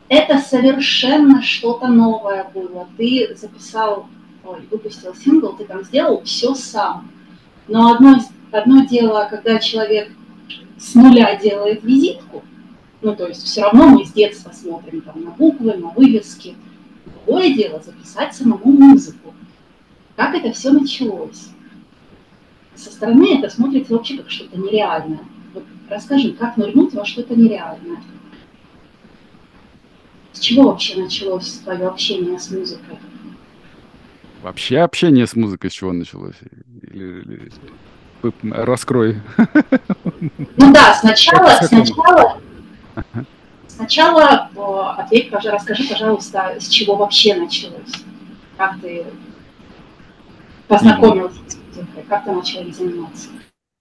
это совершенно что-то новое было. Ты выпустил сингл, ты там сделал все сам. Но одно дело, когда человек с нуля делает визитку, ну, то есть все равно мы с детства смотрим там на буквы, на вывески. Другое дело записать самому музыку. Как это все началось? Со стороны это смотрится вообще как что-то нереальное. Вот расскажи, как нырнуть во что-то нереальное? С чего вообще началось твое общение с музыкой? Вообще общение с музыкой с чего началось? Раскрой. Ну да, Как с какого? сначала ответь, расскажи, пожалуйста, с чего вообще началось? Как ты Мгм. познакомился с музыкой? Как ты начал ей заниматься?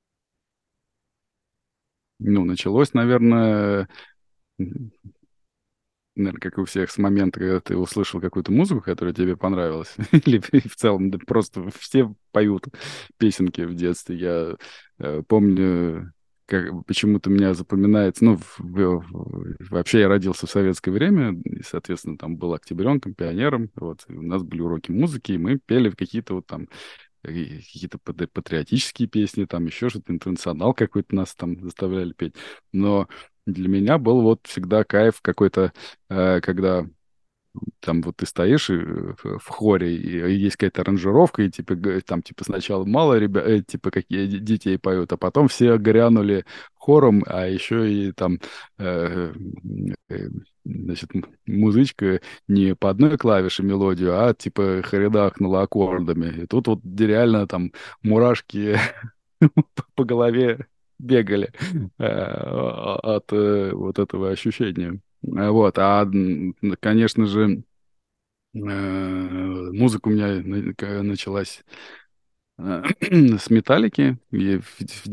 Ну, началось, наверное, как и у всех, с момента, когда ты услышал какую-то музыку, которая тебе понравилась. Или в целом, да просто все поют песенки в детстве. Я помню, как почему-то у меня запоминается, ну, вообще я родился в советское время, и, соответственно, там был октябренком, пионером, вот, и у нас были уроки музыки, и мы пели какие-то вот там какие-то патриотические песни, там еще что-то, интернационал какой-то нас там заставляли петь. Но для меня был вот всегда кайф какой-то, когда там вот ты стоишь в хоре, и есть какая-то аранжировка, и типа там типа сначала мало ребят, типа какие детей поют, а потом все грянули хором, а еще и там э, э, значит, музычка не по одной клавише мелодию, а типа хренахнула аккордами. И тут вот реально там мурашки по голове бегали от вот этого ощущения. Конечно же, музыка у меня началась с «Металлики». И в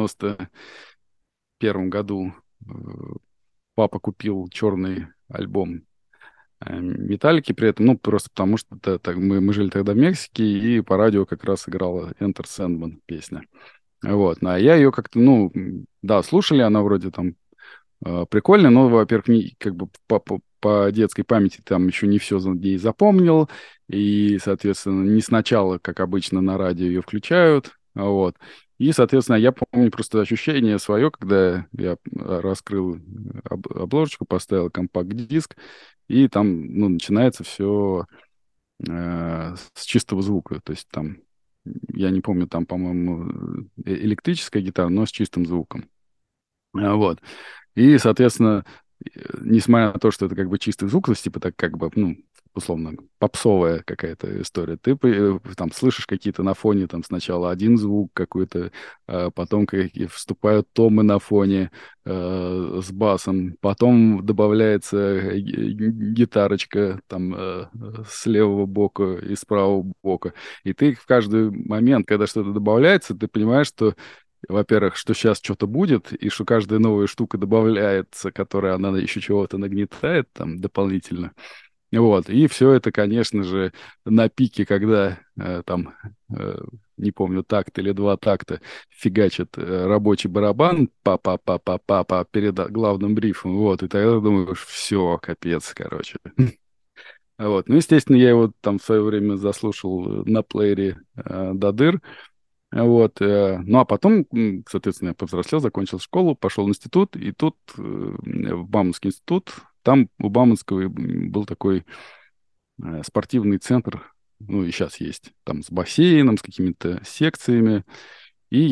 91 году э, папа купил черный альбом «Металлики». При этом, ну, просто потому что мы жили тогда в Мексике, и по радио как раз играла «Enter Sandman» песня. Вот. Ну, а я ее как-то, ну, да, слушали, она вроде там прикольно, но, во-первых, как бы по детской памяти там еще не все ей запомнил, и, соответственно, не сначала, как обычно, на радио ее включают, вот. И, соответственно, я помню просто ощущение свое, когда я раскрыл обложечку, поставил компакт-диск, и там, ну, начинается все с чистого звука, то есть там, я не помню, там, по-моему, электрическая гитара, но с чистым звуком. Вот. И, соответственно, несмотря на то, что это как бы чистый звук, то есть, типа, так как бы, ну, условно, попсовая какая-то история, ты там слышишь какие-то на фоне, там сначала один звук какой-то, потом какие вступают томы на фоне с басом, потом добавляется гитарочка там с левого бока и с правого бока. И ты в каждый момент, когда что-то добавляется, ты понимаешь, что во-первых, что сейчас что-то будет, и что каждая новая штука добавляется, которая она еще чего-то нагнетает там дополнительно. Вот. И все это, конечно же, на пике, когда там, э, не помню, такт или два такта фигачит рабочий барабан па-па-па-па-па-па перед главным брифом. Вот. И тогда думаешь, все, капец, короче. Вот. Ну, естественно, я его там в свое время заслушал на плеере до дыр. Вот, ну а потом, соответственно, я повзрослел, закончил школу, пошел в институт, и тут в Бауманский институт, там у Бауманского был такой спортивный центр, ну и сейчас есть, там с бассейном, с какими-то секциями, и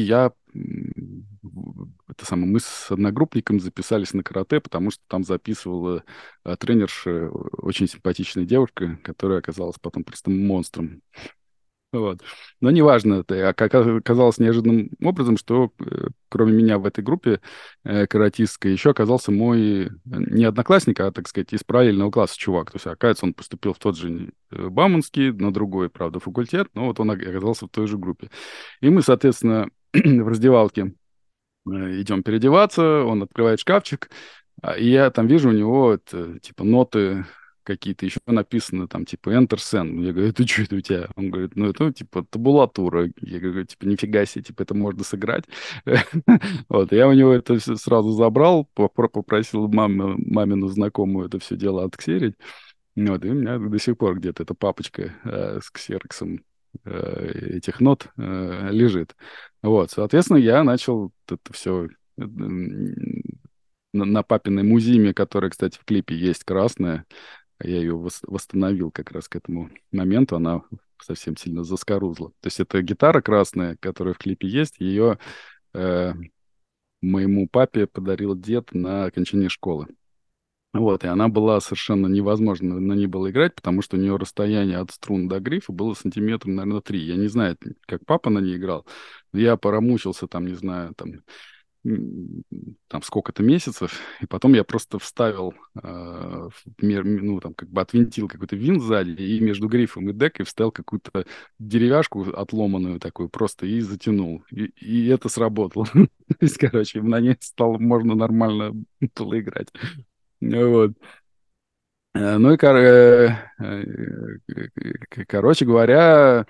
это самое, мы с одногруппником записались на карате, потому что там записывала тренерша, очень симпатичная девушка, которая оказалась потом просто монстром. Вот. Но неважно, это оказалось неожиданным образом, что кроме меня в этой группе каратистской еще оказался мой не одноклассник, а, так сказать, из параллельного класса чувак. То есть, оказывается, он поступил в тот же Бауманский, на другой, правда, факультет, но вот он оказался в той же группе. И мы, соответственно, в раздевалке идем переодеваться, он открывает шкафчик, и я там вижу у него, типа, ноты какие-то еще написаны, там, типа, Enter Send. Я говорю, это что это у тебя? Он говорит, ну, это, типа, табулатура. Я говорю, типа, нифига себе, типа, это можно сыграть. Вот, я у него это все сразу забрал, попросил мамину знакомую это все дело отксерить. Вот, и у меня до сих пор где-то эта папочка с ксероксом этих нот лежит. Вот, соответственно, я начал это все на папиной музиме, которая, кстати, в клипе есть красная. Я ее восстановил как раз к этому моменту. Она совсем сильно заскорузла. То есть это гитара красная, которая в клипе есть. Ее моему папе подарил дед на окончание школы. Вот, и она была совершенно невозможно на ней было играть, потому что у нее расстояние от струн до грифа было сантиметров, наверное, 3. Я не знаю, как папа на ней играл, но я порамучился там, не знаю, там сколько-то месяцев, и потом я просто вставил, ну, там, как бы отвинтил какой-то винт сзади, и между грифом и декой вставил какую-то деревяшку отломанную такую просто и затянул. И это сработало. То есть, короче, на ней стало можно нормально было играть. Вот. Ну и, короче говоря,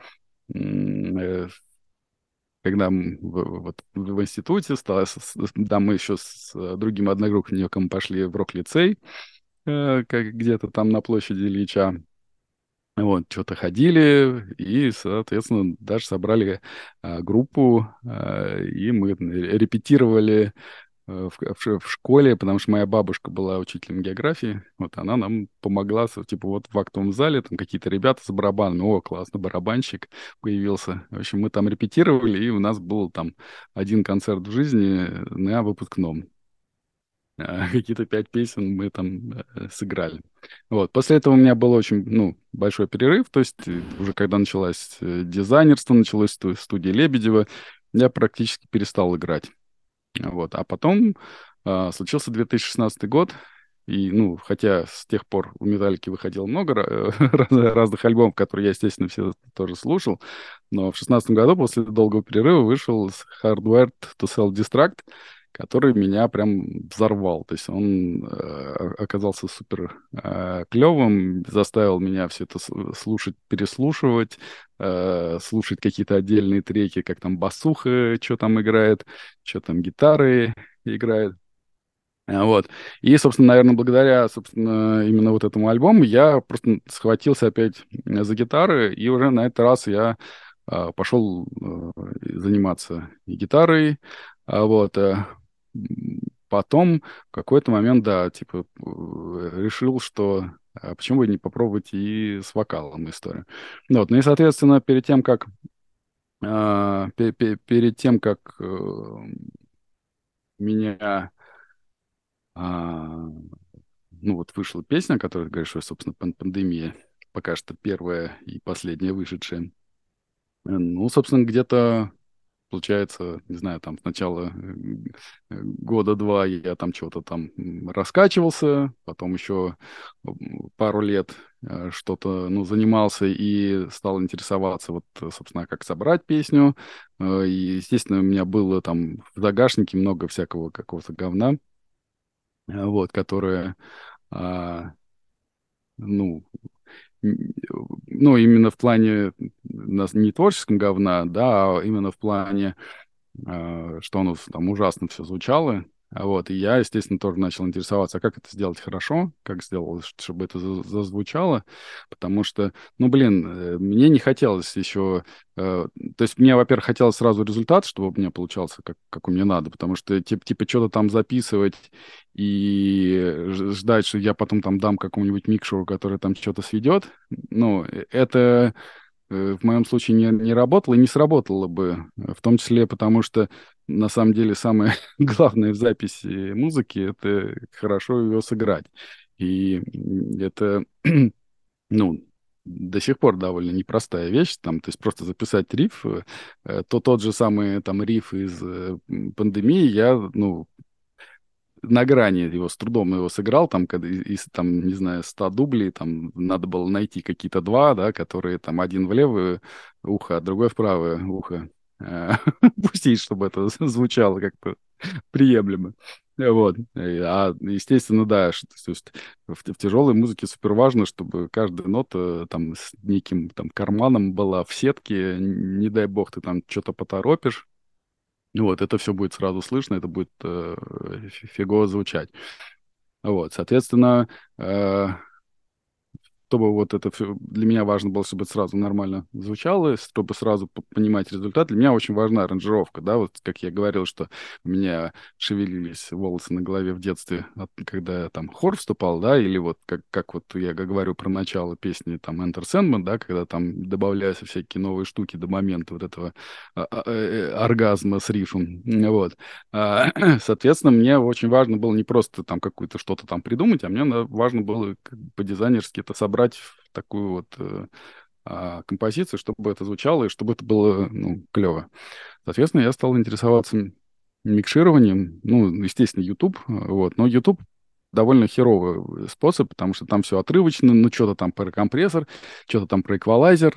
когда вот в институте да, мы еще с другим одногруппником пошли в рок-лицей, как где-то там на площади Ильича. Вот, что-то ходили и, соответственно, даже собрали группу, и мы репетировали в школе, потому что моя бабушка была учителем географии, вот она нам помогла, типа вот в актовом зале там какие-то ребята с барабанами, о, классно, барабанщик появился. В общем, мы там репетировали, и у нас был там один концерт в жизни на выпускном. Какие-то 5 песен мы там сыграли. Вот. После этого у меня был очень, ну, большой перерыв, то есть уже когда началось дизайнерство, началось студия Лебедева, я практически перестал играть. Вот. А потом случился 2016 год, и, ну, хотя с тех пор у Металлики выходило много разных альбомов, которые я, естественно, все тоже слушал, но в 2016 году после долгого перерыва вышел Hardwired to Self-Destruct, который меня прям взорвал. То есть он оказался супер клевым, заставил меня все это слушать, переслушивать, слушать какие-то отдельные треки, как там басуха, что там играет, что там гитары играет. Вот. И, собственно, наверное, благодаря, собственно, именно вот этому альбому я просто схватился опять за гитары, и уже на этот раз я пошел заниматься и гитарой. Вот. Потом в какой-то момент, да, типа, решил, что почему бы не попробовать и с вокалом историю. Вот. Ну и, соответственно, перед тем, как меня а, ну вот вышла песня, которая, ты говоришь, что, собственно, пандемия, пока что первая и последняя вышедшая. Ну, собственно, где-то, получается, не знаю, там сначала года два я там чего-то там раскачивался, потом еще пару лет что-то, ну, занимался и стал интересоваться, вот, собственно, как собрать песню. И, естественно, у меня было там в загашнике много всякого какого-то говна, вот, которое, а, ну, ну, именно в плане не творческом говна, да, а именно в плане, что оно там ужасно все звучало. Вот, и я, естественно, тоже начал интересоваться, а как это сделать хорошо, как сделать, чтобы это зазвучало, потому что, ну, блин, мне не хотелось еще, то есть мне, во-первых, хотелось сразу результат, чтобы у меня получался как у меня надо, потому что, типа что-то там записывать и ждать, что я потом там дам какому-нибудь микшеру, который там что-то сведет, ну, это в моем случае не работало и не сработало бы, в том числе потому, что на самом деле самое главное в записи музыки — это хорошо ее сыграть. И это, ну, до сих пор довольно непростая вещь, там, то есть просто записать риф, тот же самый там риф из «Пандемии» я, ну, на грани его, с трудом его сыграл, там, когда из, там, не знаю, 100 дублей, там, надо было найти какие-то два, да, которые, там, один в левое ухо, а другой в правое ухо пустить, чтобы это звучало как-то приемлемо. Вот. Естественно, да, то есть в тяжелой музыке супер важно, чтобы каждая нота там с неким там карманом была в сетке, не дай бог ты там что-то поторопишь, вот, это все будет сразу слышно, это будет фигово звучать. Вот, соответственно, чтобы вот это все для меня важно было, чтобы это сразу нормально звучало, чтобы сразу понимать результат. Для меня очень важна аранжировка, да, вот как я говорил, что у меня шевелились волосы на голове в детстве, когда я там хор вступал, да, или вот как вот я говорю про начало песни там Enter Sandman, да, когда там добавляются всякие новые штуки до момента вот этого оргазма с рифом, вот. Соответственно, мне очень важно было не просто там какую-то что-то там придумать, а мне важно было по-дизайнерски это собрать в такую вот композицию, чтобы это звучало и чтобы это было, ну, клево. Соответственно, я стал интересоваться микшированием, ну, естественно, YouTube, вот, но YouTube довольно херовый способ, потому что там все отрывочно, ну, что-то там про компрессор, что-то там про эквалайзер,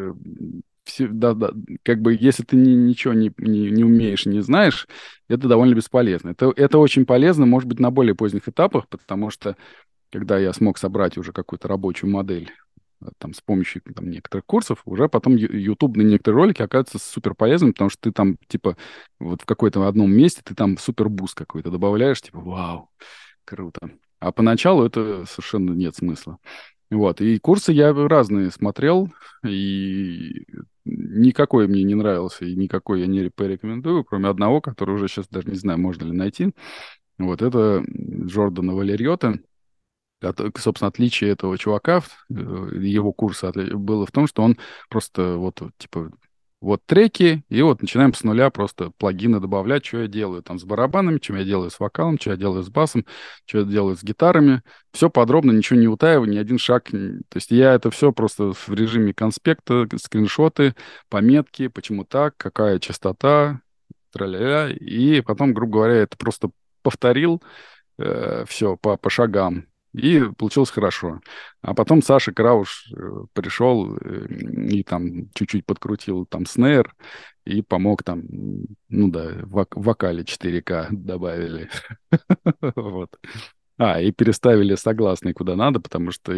да, да, как бы, если ты ничего не умеешь, не знаешь, это довольно бесполезно. Это очень полезно, может быть, на более поздних этапах, потому что когда я смог собрать уже какую-то рабочую модель там с помощью там, некоторых курсов, уже потом YouTube на некоторые ролики оказываются супер полезными, потому что ты там, типа, вот в какой-то одном месте ты там супер буст какой-то добавляешь, типа, вау, круто. А поначалу это совершенно нет смысла. Вот, и курсы я разные смотрел, и никакой мне не нравился, и никакой я не порекомендую, кроме одного, который уже сейчас даже не знаю, можно ли найти. Вот, это Джордана Валериота. Собственно, отличие этого чувака, его курса было в том, что он просто вот, типа, вот треки, и вот начинаем с нуля просто плагины добавлять, что я делаю там с барабанами, что я делаю с вокалом, что я делаю с басом, что я делаю с гитарами. Все подробно, ничего не утаивая, ни один шаг. То есть я это все просто в режиме конспекта, скриншоты, пометки, почему так, какая частота, тра-ля-ля. И потом, грубо говоря, это просто повторил, все по шагам. И получилось хорошо. А потом Саша Крауш пришел и там чуть-чуть подкрутил там снейр и помог там, ну да, в вокале 4К добавили. Вот. И переставили согласные куда надо, потому что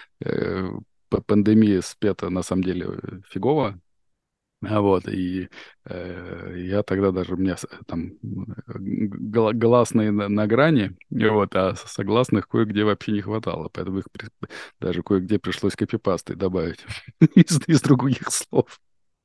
пандемия спета на самом деле фигово. Вот, и я тогда даже, у меня там гласные на грани, вот, а согласных кое-где вообще не хватало, поэтому их даже кое-где пришлось копипастой добавить из других слов.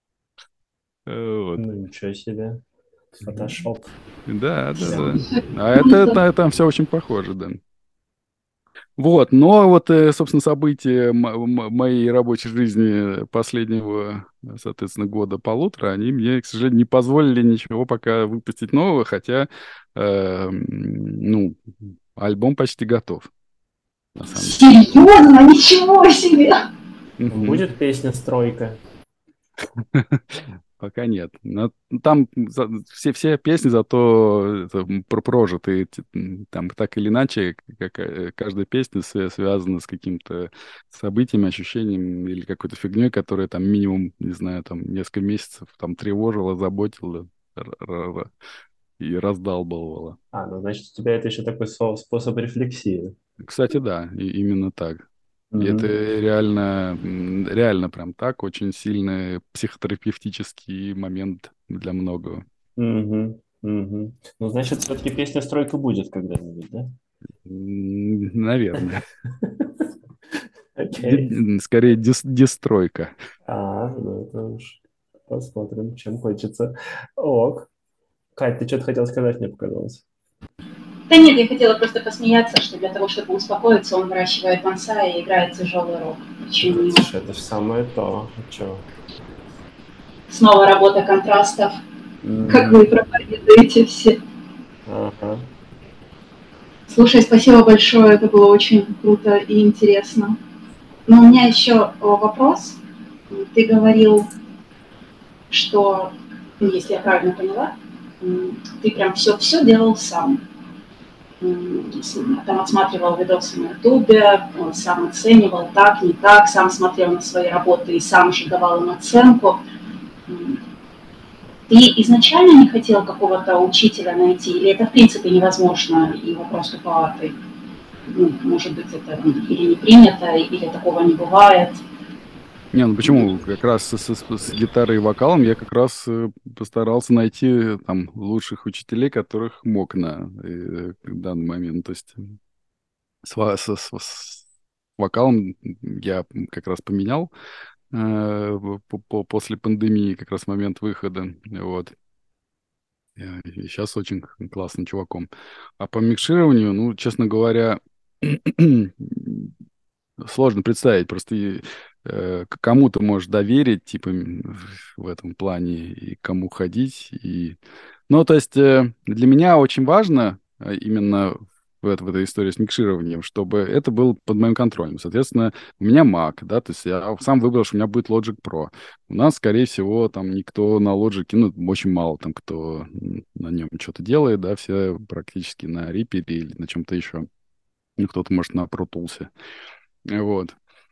Вот. Ну, ничего себе. Фотошоп. Да, да, Прям. да. А это там все очень похоже, да. Вот, но вот, собственно, события моей рабочей жизни последнего, соответственно, года-полутора, они мне, к сожалению, не позволили ничего пока выпустить нового, хотя, ну, альбом почти готов, на самом деле. Серьезно? Ничего себе! Будет песня «Стройка»? Пока нет. Но там все песни зато прожиты. Там так или иначе, каждая песня связана с каким-то событиями, ощущением или какой-то фигней, которая там минимум, не знаю, там несколько месяцев там тревожила, заботила и раздалбывала. Ну, значит, у тебя это еще такой способ рефлексии. Кстати, да, именно так. И это Мгм. реально прям так, очень сильный психотерапевтический момент для многого. Мгм. Мгм. Ну, значит, все-таки песня «Стройка» будет когда-нибудь, да? Наверное. Окей. Скорее, дестройка. Ну это уж посмотрим, чем хочется. Ок. Кать, ты что-то хотел сказать, мне показалось. Да нет, я хотела просто посмеяться, что для того, чтобы успокоиться, он выращивает бонсай и играет тяжелый рок. Почему нет? Это же самое то. Чё? Снова работа контрастов, как вы проповедуете все. Ага. Слушай, спасибо большое, это было очень круто и интересно. Но у меня еще вопрос. Ты говорил, что, если я правильно поняла, ты прям все делал сам. Там отсматривал видосы на Ютубе, сам оценивал так, не так, сам смотрел на свои работы и сам же давал им оценку. Ты изначально не хотел какого-то учителя найти, или это в принципе невозможно, и вопрос туповатый? Ну, может быть, это или не принято, или такого не бывает. Не, ну почему? Как раз с гитарой и вокалом я как раз постарался найти там лучших учителей, которых мог на данный момент. То есть с вокалом я как раз поменял после пандемии, как раз момент выхода. Вот. И сейчас очень классным чуваком. А по микшированию, ну, честно говоря, сложно представить. Просто кому-то можешь доверить, типа, в этом плане, и кому ходить. Ну, то есть для меня очень важно именно в этой истории с микшированием, чтобы это было под моим контролем. Соответственно, у меня Mac, да, то есть я сам выбрал, что у меня будет Logic Pro. У нас, скорее всего, там никто на Logic, ну, очень мало там кто на нем что-то делает, да, все практически на Reaper или на чем-то еще. Ну, кто-то, может, на Pro Tools. Вот.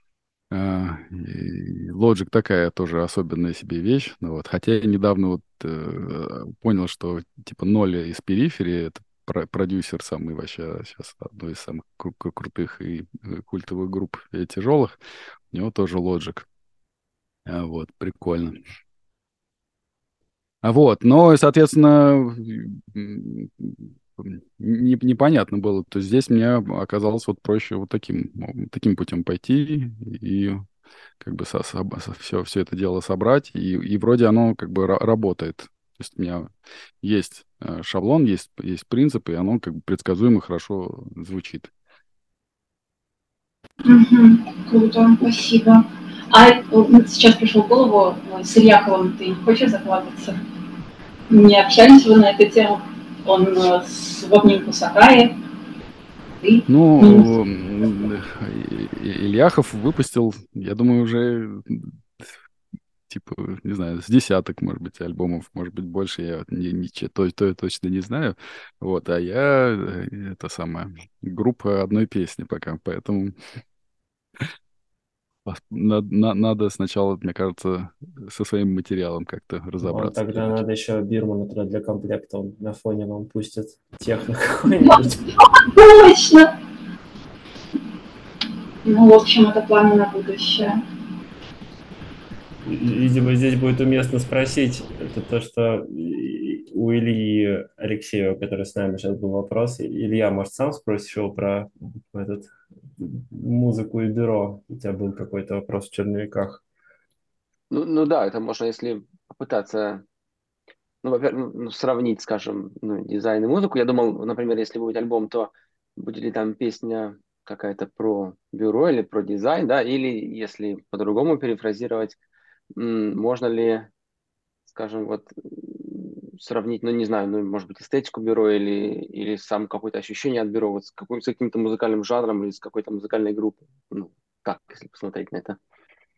И Logic такая тоже особенная себе вещь. Ну, вот. Хотя я недавно вот понял, что типа Ноля из периферии — это продюсер самый вообще сейчас одной из самых крутых и культовых групп тяжелых. У него тоже Logic. Вот, прикольно. Но, соответственно, непонятно было. То есть здесь мне оказалось вот проще вот таким путем пойти и как бы все это дело собрать, и вроде оно как бы работает. То есть у меня есть шаблон, есть принцип, и оно как бы предсказуемо хорошо звучит. Круто, спасибо. Сейчас пришел в голову, с Ильяховым ты не хочешь закладываться? Не общались вы на эту тему? Он в обнимку Сакаи, ты минус. Ну, Ильяхов выпустил, я думаю, уже типа, не знаю, с десяток, может быть, альбомов, может быть, больше, я вот то точно не знаю. Вот, а я, это самая, группа одной песни пока, поэтому надо сначала, мне кажется, со своим материалом как-то Ну, разобраться тогда прежде чем. надо еще Бирмана туда для комплекта, он на фоне вам пустит техно какой-нибудь. Точно! Ну, в общем, это планы на будущее. Видимо, здесь будет уместно спросить, это то, что у Ильи Алексеева, который с нами сейчас был вопрос, Илья, может, сам спросишь его про этот музыку и бюро? У тебя был какой-то вопрос в черновиках. Ну да, это можно, если попытаться, ну, во-первых, сравнить, скажем, дизайн и музыку. Я думал, например, если будет альбом, то будет ли там песня какая-то про бюро или про дизайн, да, или если по-другому перефразировать, можно ли, скажем, вот сравнить, ну, не знаю, ну, может быть, эстетику бюро или сам какое-то ощущение от бюро вот с каким-то музыкальным жанром или с какой-то музыкальной группой. Ну, как, если посмотреть на это?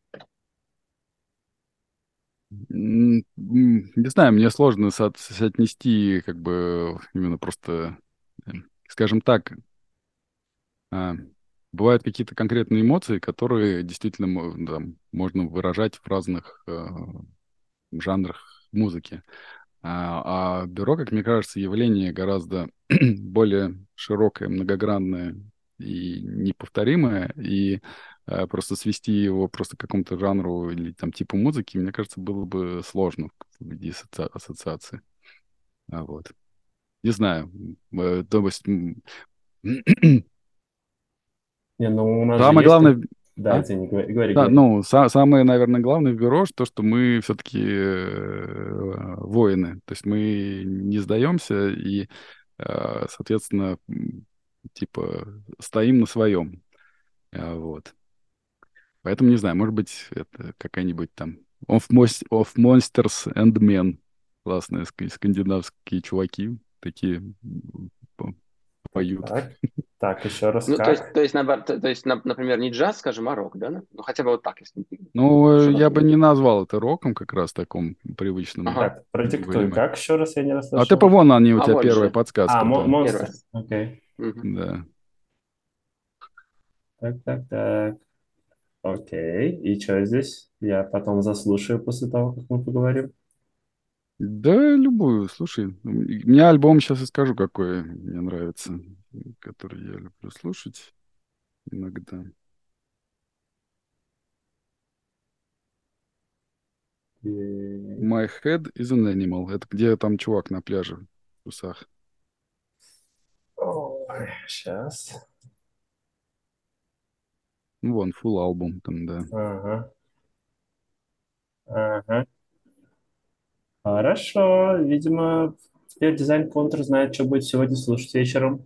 Не знаю, мне сложно соотнести как бы именно просто, скажем так, а, бывают какие-то конкретные эмоции, которые действительно там, можно выражать в разных жанрах музыки. Бюро, как мне кажется, явление гораздо более широкое, многогранное и неповторимое, и просто свести его просто к какому-то жанру или там типу музыки, мне кажется, было бы сложно в виде ассоциации. Вот. Не знаю. То есть, Не, ну у нас же самое есть... главное... Да, А? извини, говори, Да, говори. ну, самое, наверное, главное в бюро, то, что мы все-таки воины. То есть мы не сдаемся и, соответственно, типа, стоим на своем. Вот. Поэтому, не знаю, может быть, это какая-нибудь там of Monsters and Men. Классные скандинавские чуваки. Такие по- поют. Так, так, еще раз Ну, то есть, как? то есть, например, не джаз, скажем, а рок, да? Ну, хотя бы вот так, если Ну, я бы шаблон. не назвал это роком как раз таком привычном Ага. Так, продиктуй, понимании. как еще раз, я не А ты расслышал. вон они, у А тебя вот первая же, А, подсказка, да. Монстр, первое. окей. Мгм. Да. Так, так, так. Окей. И что здесь? Я потом заслушаю после того, как мы поговорим. Да, любую, слушай. У меня альбом, сейчас я скажу, какой мне нравится, который я люблю слушать иногда. My Head is an Animal. Это где там чувак на пляже в трусах. Ой, сейчас. Ну, вон, full альбом там, да. Ага. Ага. Хорошо. Видимо, теперь Дизайн Контур знает, что будет сегодня слушать вечером.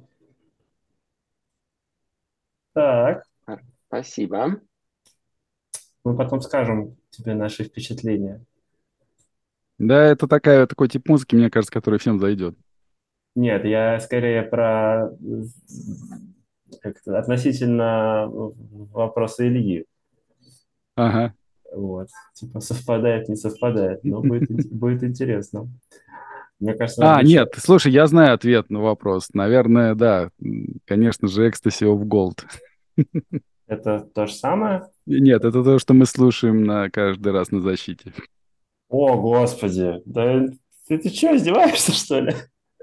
Так, Спасибо. мы потом скажем тебе наши впечатления. Да, это такой тип музыки, мне кажется, который всем зайдет. Нет, я скорее про как-то относительно вопроса Ильи. Ага. Вот. Типа совпадает, не совпадает, но будет интересно. Мне кажется, надо А, будет еще... нет, слушай, я знаю ответ на вопрос. Наверное, да, конечно же, Ecstasy of Gold. Это то же самое? Нет, это то, что мы слушаем на каждый раз на защите. О, Господи! Да ты что, издеваешься, что ли?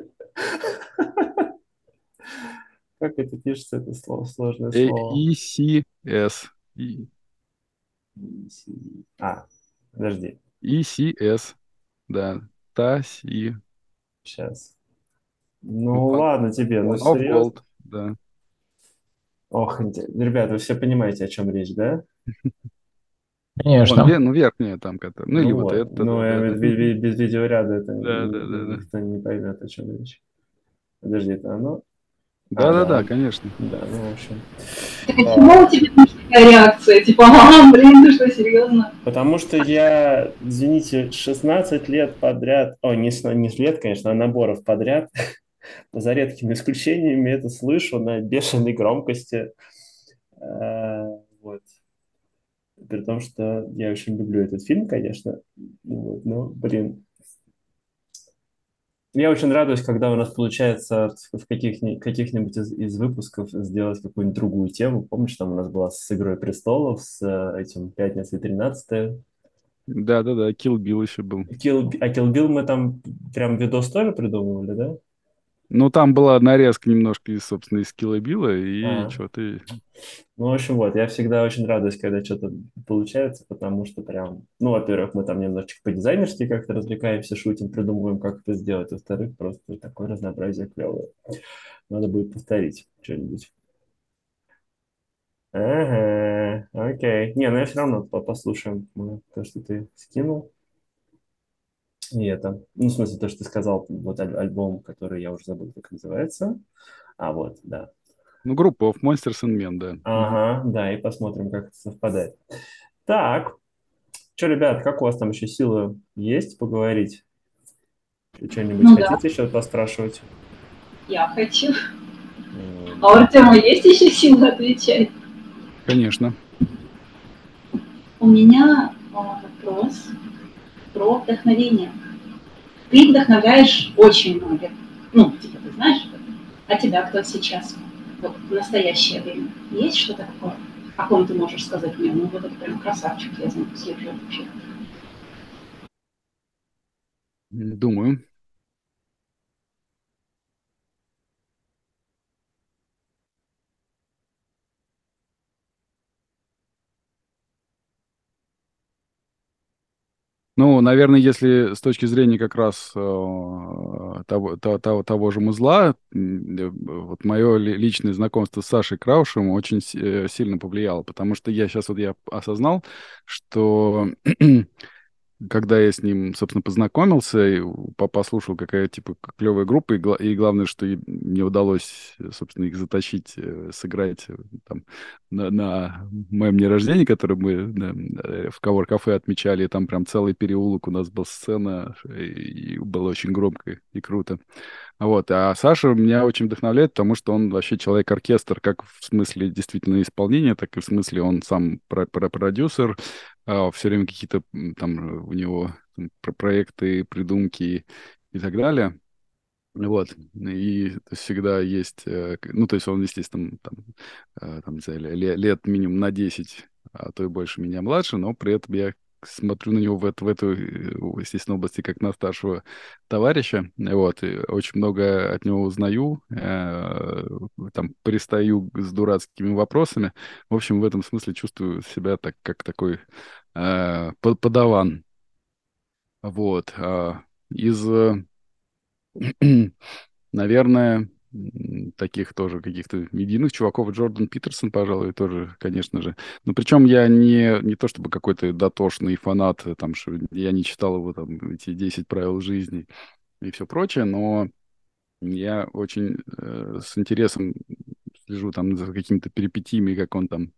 Как это пишется, это слово, сложное слово? ECS. А, подожди, ECS, да. Таси. сейчас. Ну ладно тебе, ну One of серьезно? Gold, да. Ох, ребята, вы все понимаете, о чем речь, да? Вон, Конечно. ну, верхняя там, ну, или Ну вот вот, это, ну да, да. без видеоряда это Да, да, да, да. никто не поймет, о чем речь. Подожди, это оно? А, Да-да-да, да, конечно. да, ну в общем. Так а чего у тебя такая реакция? Типа, блин, ты что, серьезно? Потому что я, извините, 16 лет подряд, не лет, конечно, а наборов подряд, за редкими исключениями это слышу на бешеной громкости. Вот. При том, что я очень люблю этот фильм, конечно. Вот, но, блин, я очень радуюсь, когда у нас получается в каких-нибудь из выпусков сделать какую-нибудь другую тему. Помнишь, там у нас была с «Игрой престолов», с этим «Пятница 13». Да-да-да, Kill Bill еще был. Kill Bill мы там прям видос тоже придумывали, да? Ну, там была нарезка немножко из, собственно, из Kill Bill, и А, что-то... ну, в общем, вот, я всегда очень радуюсь, когда что-то получается, потому что прям, ну, во-первых, мы там немножечко по-дизайнерски как-то развлекаемся, шутим, придумываем, как это сделать. Во-вторых, просто такое разнообразие клевое. Надо будет повторить что-нибудь. Ага, окей. Не, ну я все равно послушаем то, что ты скинул. И это, ну, в смысле, то, что ты сказал, вот альбом, который я уже забыл, как называется. А, вот, да. Ну, группа of Monsters and Men, да. Мгм. Ага, да, и посмотрим, как это совпадает. Так, что, ребят, как у вас там еще силы есть поговорить? Что-нибудь Ну да, хотите еще поспрашивать? я хочу. М, А у Артема есть еще силы отвечать? Конечно. У меня вопрос про вдохновение. Ты вдохновляешь очень многих. Ну, типа, ты знаешь об этом. А тебя кто сейчас? Вот в настоящее время. Есть что-то такое? О ком ты можешь сказать мне? Ну, вот это прям красавчик, я за ним слежу вообще. Думаю. Ну, наверное, если с точки зрения как раз того же музла, вот мое личное знакомство с Сашей Краушем очень сильно повлияло, потому что я осознал, что когда я с ним, собственно, познакомился и послушал, какая, типа, клевая группа, и главное, что мне удалось, собственно, их затащить, сыграть там на моем дне рождения, который мы в Кавор-кафе отмечали, и там прям целый переулок у нас был сцена, и было очень громко и круто. Вот. А Саша меня очень вдохновляет, потому что он вообще человек-оркестр, как в смысле действительно исполнения, так и в смысле он сам продюсер, все время какие-то там у него проекты, придумки и так далее. Вот, и всегда есть, ну, то есть он, естественно, там, не знаю, лет минимум на 10, а то и больше меня младше, но при этом я смотрю на него в эту, естественно, области как на старшего товарища, вот, и очень много от него узнаю, там, пристаю с дурацкими вопросами. В общем, в этом смысле чувствую себя так, как такой подаван. Вот. Из, наверное, таких тоже каких-то медийных чуваков, Джордан Питерсон, пожалуй, тоже, конечно же. Но причем я не то чтобы какой-то дотошный фанат, там, что я не читал его там эти 10 правил жизни и все прочее, но я очень с интересом слежу там за какими-то перипетиями, как он там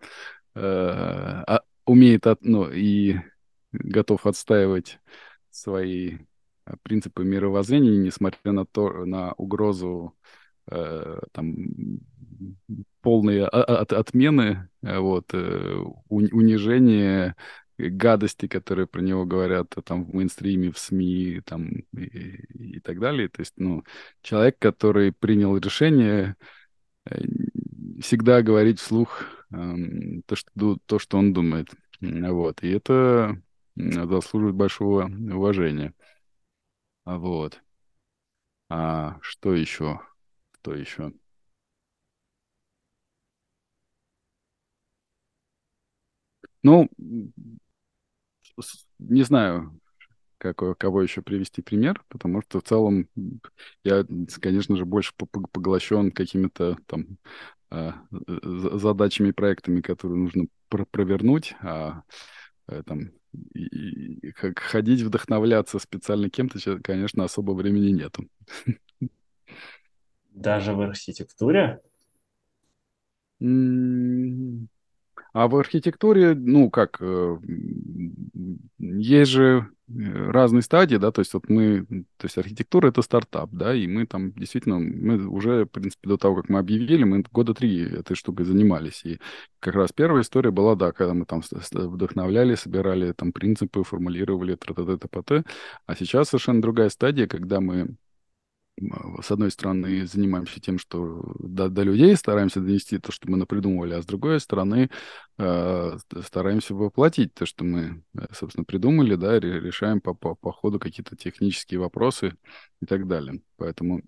умеет, ну, и готов отстаивать свои принципы мировоззрения, несмотря на то, на угрозу там полные отмены, вот, унижения, гадости, которые про него говорят там в мейнстриме, в СМИ, там и так далее. То есть, ну, человек, который принял решение всегда говорить вслух то, что он думает. Вот. И это заслуживает большого уважения. Вот. А что еще? Кто еще? Ну, не знаю, кого еще привести пример, потому что в целом я, конечно же, больше поглощен какими-то там задачами и проектами, которые нужно провернуть, там как ходить, вдохновляться специально кем-то, конечно, особо времени нету. Даже в архитектуре? А в архитектуре, ну, как, есть же разные стадии, да, то есть вот то есть архитектура — это стартап, да, и мы там действительно, мы уже, в принципе, до того, как мы объявили, мы года 3 этой штукой занимались, и как раз первая история была, да, когда мы там вдохновляли, собирали там принципы, формулировали т-т-т-т-т, а сейчас совершенно другая стадия, когда мы с одной стороны, занимаемся тем, что до людей стараемся донести то, что мы напридумывали, а с другой стороны, стараемся воплотить то, что мы, собственно, придумали, да, решаем по ходу какие-то технические вопросы и так далее. Поэтому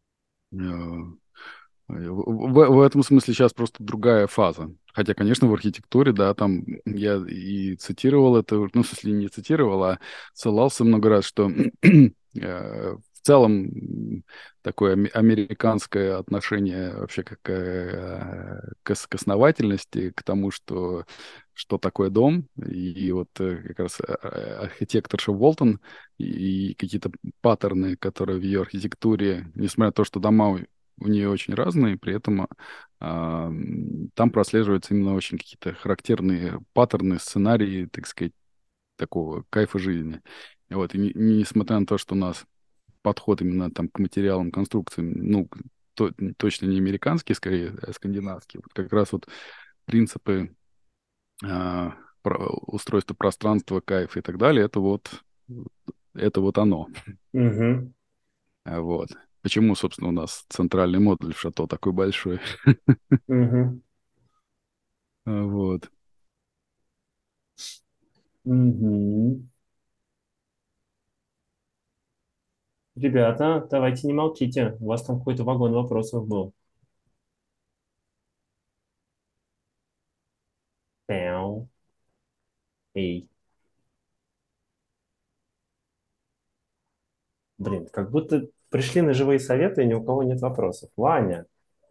в этом смысле сейчас просто другая фаза. Хотя, конечно, в архитектуре, да, там я и цитировал это, ну, в смысле, не цитировал, а ссылался много раз, что в целом такое американское отношение вообще к основательности, к тому, что такое дом. И вот как раз архитекторша Уолтон и какие-то паттерны, которые в ее архитектуре, несмотря на то, что дома у нее очень разные, при этом там прослеживаются именно очень какие-то характерные паттерны, сценарии, так сказать, такого кайфа жизни. Вот, и несмотря на то, что у нас подход именно там к материалам, конструкциям, ну, точно не американский, скорее, а скандинавский. Вот как раз вот принципы устройства пространства, кайф и так далее, это вот оно. Угу. Вот. Почему, собственно, у нас центральный модуль в шато такой большой? Угу. Вот. Угу. Ребята, давайте не молчите. У вас там какой-то вагон вопросов был. Пяу. Эй. Блин, как будто пришли на живые советы, и ни у кого нет вопросов. Ваня.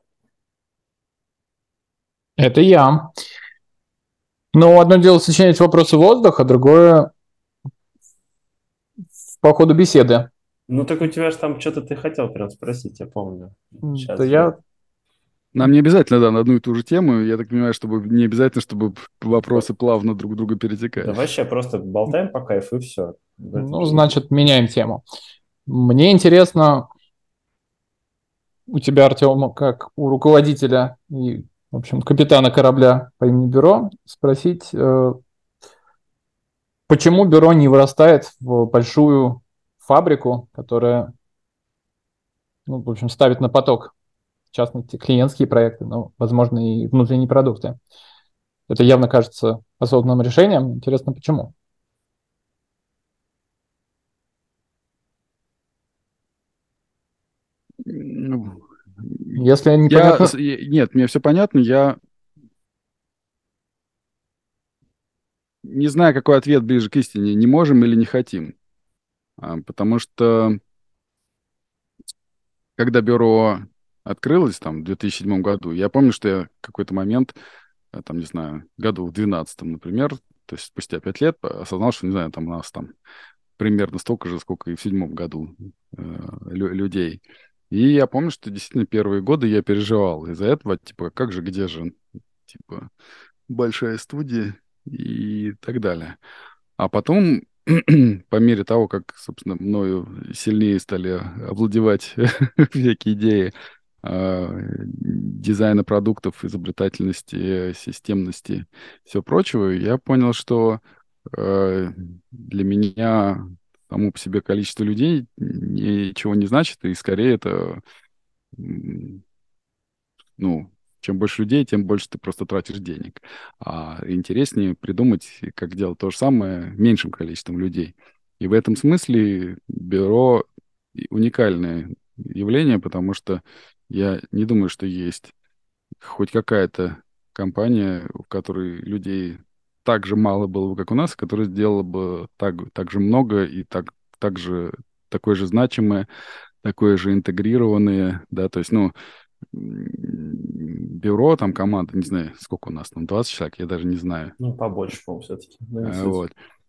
Это я. Но одно дело сочинять вопросы в воздух, а другое по ходу беседы. Ну так у тебя же там что-то ты хотел прям спросить, я помню. Сейчас Да я... Нам не обязательно, да, на одну и ту же тему. Я так понимаю, чтобы не обязательно, чтобы вопросы плавно друг друга перетекали. Да вообще просто болтаем по кайфу и все. Ну, значит, меняем тему. Мне интересно у тебя, Артем, как у руководителя и, в общем, капитана корабля по имени Бюро, спросить, почему Бюро не вырастает в большую фабрику, которая, ну, в общем, ставит на поток, в частности, клиентские проекты, но, возможно, и внутренние продукты. Это явно кажется осознанным решением. Интересно, почему? Если непонятно... Нет, мне все понятно, я не знаю, какой ответ ближе к истине, не можем или не хотим. Потому что, когда бюро открылось там в 2007 году, я помню, что я в какой-то момент, там, не знаю, году в 2012, например, то есть спустя 5 лет осознал, что, не знаю, там у нас там примерно столько же, сколько и в 2007 году людей. И я помню, что действительно первые годы я переживал из-за этого, типа, как же, где же, типа, большая студия и так далее. А потом, по мере того, как, собственно, мною сильнее стали овладевать всякие идеи дизайна продуктов, изобретательности, системности, все прочего, я понял, что для меня само по себе количество людей ничего не значит, и скорее это, ну, чем больше людей, тем больше ты просто тратишь денег. А интереснее придумать, как делать то же самое меньшим количеством людей. И в этом смысле бюро уникальное явление, потому что я не думаю, что есть хоть какая-то компания, в которой людей так же мало было бы, как у нас, которая сделала бы так же много и такое же значимое, такое же интегрированное, да, то есть, ну, бюро, там команда, не знаю, сколько у нас, там 20 человек, я даже не знаю. Ну, побольше, по-моему, все-таки. Вот.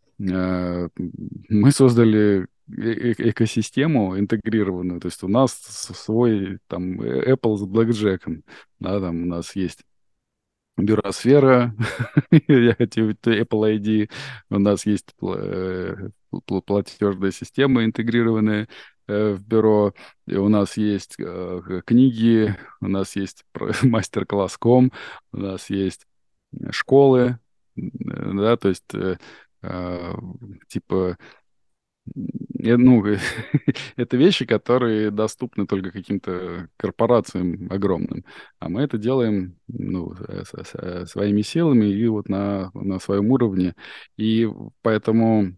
Мы создали экосистему интегрированную, то есть у нас свой там Apple с Blackjack, да, там у нас есть бюросфера, я хочу Apple ID, у нас есть платежная система интегрированная в бюро, и у нас есть книги, у нас есть мастер-класс.ком, у нас есть школы, да, то есть э, типа ну, это вещи, которые доступны только каким-то корпорациям огромным. А мы это делаем, ну, своими силами и вот на своем уровне. И поэтому,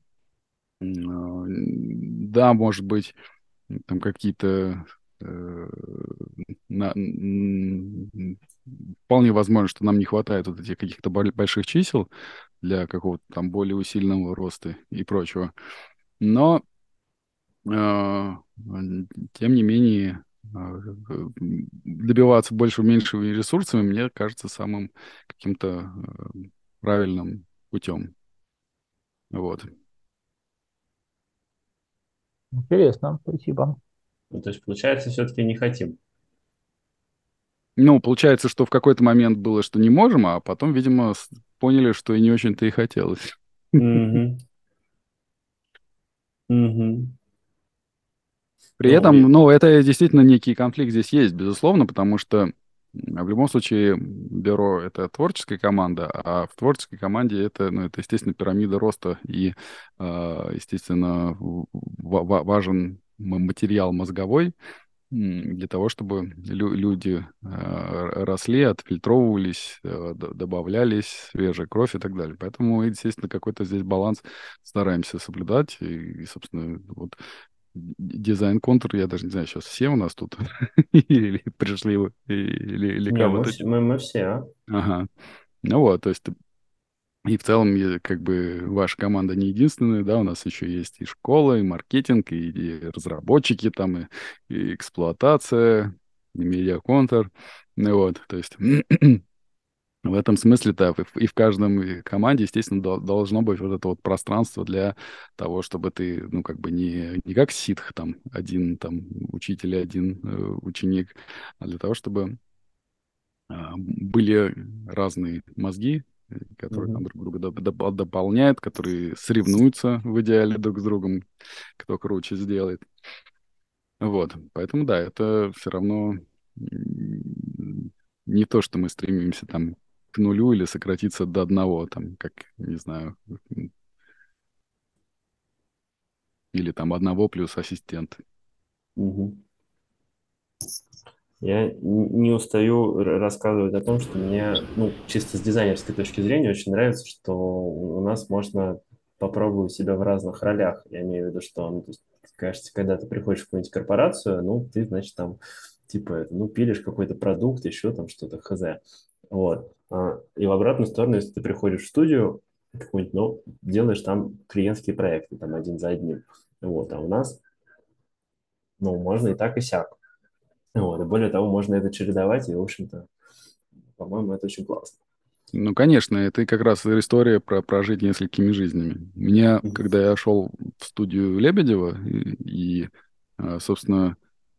да, может быть, там какие-то вполне возможно, что нам не хватает вот этих каких-то больших чисел для какого-то там более усиленного роста и прочего. Но а, тем не менее, добиваться больше меньшими ресурсами, мне кажется, самым каким-то правильным путем. Вот. Интересно, спасибо. Ну, то есть, получается, все-таки не хотим. Ну, получается, что в какой-то момент было, что не можем, а потом, видимо, поняли, что и не очень-то и хотелось. Мгм. Мгм. При Ну, этом, ну, это действительно некий конфликт здесь есть, безусловно, потому что в любом случае бюро — это творческая команда, а в творческой команде это, ну, это, естественно, пирамида роста, и, естественно, важен материал мозговой для того, чтобы люди росли, отфильтровывались, добавлялись, свежая кровь и так далее. Поэтому, естественно, какой-то здесь баланс стараемся соблюдать, и собственно, вот дизайн-контур, я даже не знаю, сейчас все у нас тут или пришли вы, или не, мы, кого-то. мы все, а? Ага. Ну вот, то есть и в целом, как бы, ваша команда не единственная, да, у нас еще есть и школа, и маркетинг, и разработчики там, и эксплуатация, и медиаконтур. Ну вот, то есть в этом смысле, да, и в каждом команде, естественно, должно быть вот это вот пространство для того, чтобы ты, ну, как бы не как ситх, там, один там учитель и один ученик, а для того, чтобы были разные мозги, которые там Мгм. друг друга дополняют, которые соревнуются в идеале друг с другом, кто круче сделает. Вот, поэтому да, это все равно не то, что мы стремимся там к нулю или сократиться до одного, там, как, не знаю, или там одного плюс ассистент. Мгм. Я не устаю рассказывать о том, что мне, ну, чисто с дизайнерской точки зрения очень нравится, что у нас можно попробовать себя в разных ролях. Я имею в виду, что, ну, то есть, кажется, когда ты приходишь в какую-нибудь корпорацию, ну, ты, значит, там типа, ну, пилишь какой-то продукт, еще там что-то, хз. Вот. И в обратную сторону, если ты приходишь в студию, какой-нибудь, ну, делаешь там клиентские проекты, там, один за одним. Вот. А у нас, ну, можно и так, и сяк. Вот. И более того, можно это чередовать, и, в общем-то, по-моему, это очень классно. Ну, конечно, это как раз история про прожить несколькими жизнями. Меня, Мгм. когда я шел в студию Лебедева, собственно,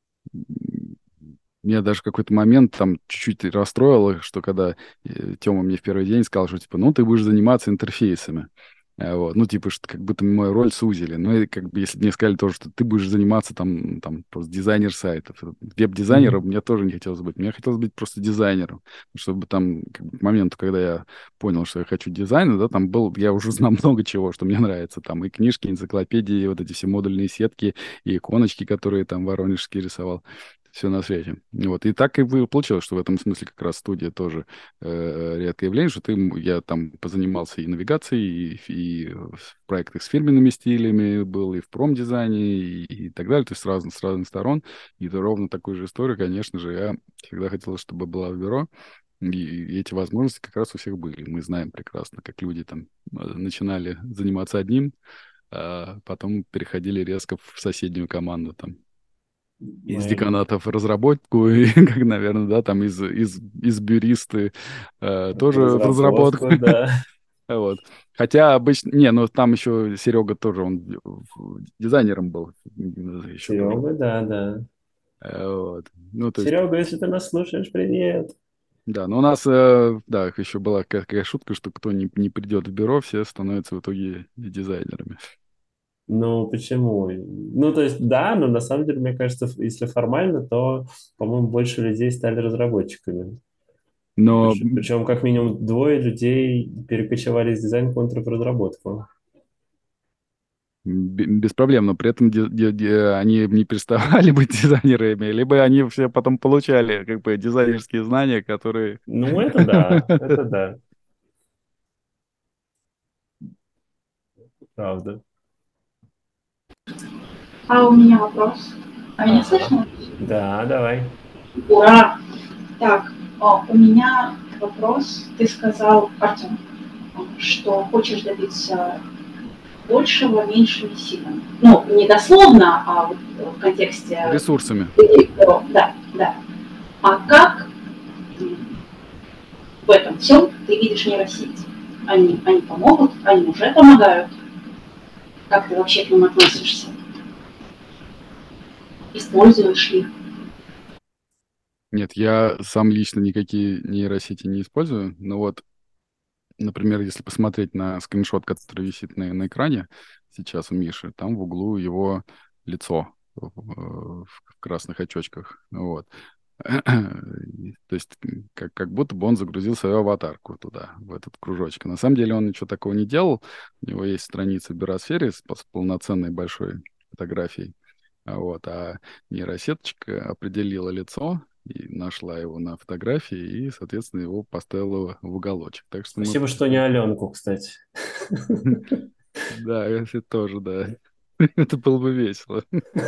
меня даже какой-то момент там чуть-чуть расстроило, что когда Тёма мне в первый день сказал, что типа, ну, ты будешь заниматься интерфейсами. Вот. Ну, типа, что как будто мою роль сузили. Ну, и как бы, если бы мне сказали тоже, что ты будешь заниматься там просто дизайнер сайтов. Веб-дизайнером Мгм. мне тоже не хотелось быть. Мне хотелось быть просто дизайнером. Чтобы там, как бы, к моменту, когда я понял, что я хочу дизайна, да, там был, я уже знал много чего, что мне нравится. Там и книжки, энциклопедии, и вот эти все модульные сетки, и иконочки, которые там воронежские рисовал. Все на свете. Вот. И так и получилось, что в этом смысле как раз студия тоже редкое явление, что я там позанимался и навигацией, и в проектах с фирменными стилями был, и в промдизайне, и так далее, то есть с разных сторон. И это ровно такую же историю, конечно же, я всегда хотел, чтобы была в бюро, и эти возможности как раз у всех были. Мы знаем прекрасно, как люди там начинали заниматься одним, а потом переходили резко в соседнюю команду там из Моя деканатов в разработку, и, как, наверное, да, там из бюристы тоже в разработку. разработку, да. Вот. Хотя обычно... Не, ну там еще Серега тоже, он дизайнером был еще тоже. Серега, да, да. Вот. Ну, то есть, Серега, если ты нас слушаешь, привет. да, но у нас, да, еще была какая шутка, что кто не придет в бюро, все становятся в итоге дизайнерами. Ну, почему? Ну, то есть, да, но на самом деле, мне кажется, если формально, то, по-моему, больше людей стали разработчиками. Но Причем, как минимум, двое людей перекочевали из дизайн-контура в разработку. Без проблем, но при этом они не переставали быть дизайнерами, либо они все потом получали как бы дизайнерские знания, которые... Ну, это да, это да, правда. А у меня вопрос. А меня Ага, слышно? да, давай. Ура! Так, у меня вопрос. Ты сказал, Артем, что хочешь добиться большего меньшими силами. Ну, не дословно, а вот в контексте... Ресурсами. Да, да. А как в этом всем ты видишь нейросети? Они помогут, они уже помогают. Как ты вообще к ним относишься? Используешь их? Нет, я сам лично никакие нейросети не использую, но вот, например, если посмотреть на скриншот, который висит на экране сейчас у Миши, там в углу его лицо в красных очочках. Вот. То есть как будто бы он загрузил свою аватарку туда, в этот кружочек. На самом деле он ничего такого не делал. У него есть страница в Бюросфере с полноценной большой фотографией. А нейросеточка определила лицо и нашла его на фотографии и, соответственно, его поставила в уголочек. Так что мы... Спасибо, что не Аленку, кстати. Да, это тоже, да. Это было бы весело.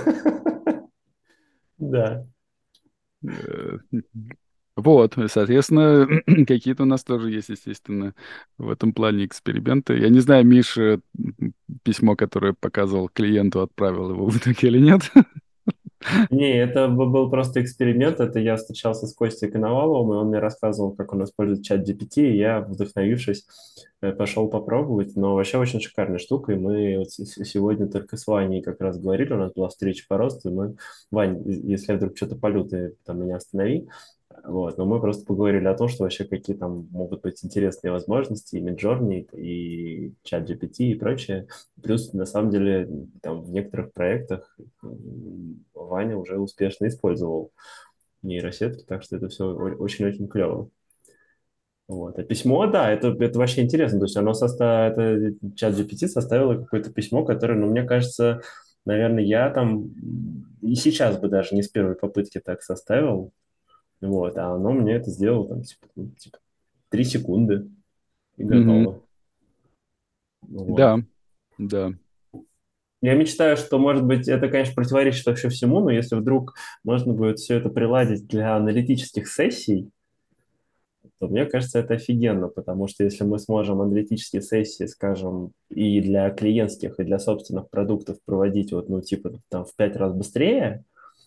Да. Э, Вот, соответственно, какие-то у нас тоже есть, естественно, в этом плане эксперименты. Я не знаю, Миша письмо, которое показывал клиенту, отправил его в итоге или нет. Не, это был просто эксперимент. Это я встречался с Костей Коноваловым, и он мне рассказывал, как он использует чат GPT, и я, вдохновившись, пошел попробовать. Но вообще очень шикарная штука, и мы вот сегодня только с Ваней как раз говорили, у нас была встреча по росту, и мы, Вань, если я вдруг что-то полю, ты там меня останови. Вот, но мы просто поговорили о том, что вообще какие там могут быть интересные возможности, и Midjourney, и чат GPT и прочее. Плюс, на самом деле, там в некоторых проектах Ваня уже успешно использовал нейросетки, так что это все очень-очень клево. Вот. А письмо, да, это вообще интересно. То есть это чат GPT составило какое-то письмо, которое, ну, мне кажется, наверное, я там и сейчас бы даже не с первой попытки так составил. Вот, а оно мне это сделало там, типа 3 секунды и Мгм. готово. Вот. Да, да. Я мечтаю, что, может быть, это, конечно, противоречит вообще всему, но если вдруг можно будет все это приладить для аналитических сессий, то мне кажется, это офигенно, потому что если мы сможем аналитические сессии, скажем, и для клиентских, и для собственных продуктов проводить вот, ну, типа, там, в 5 раз быстрее,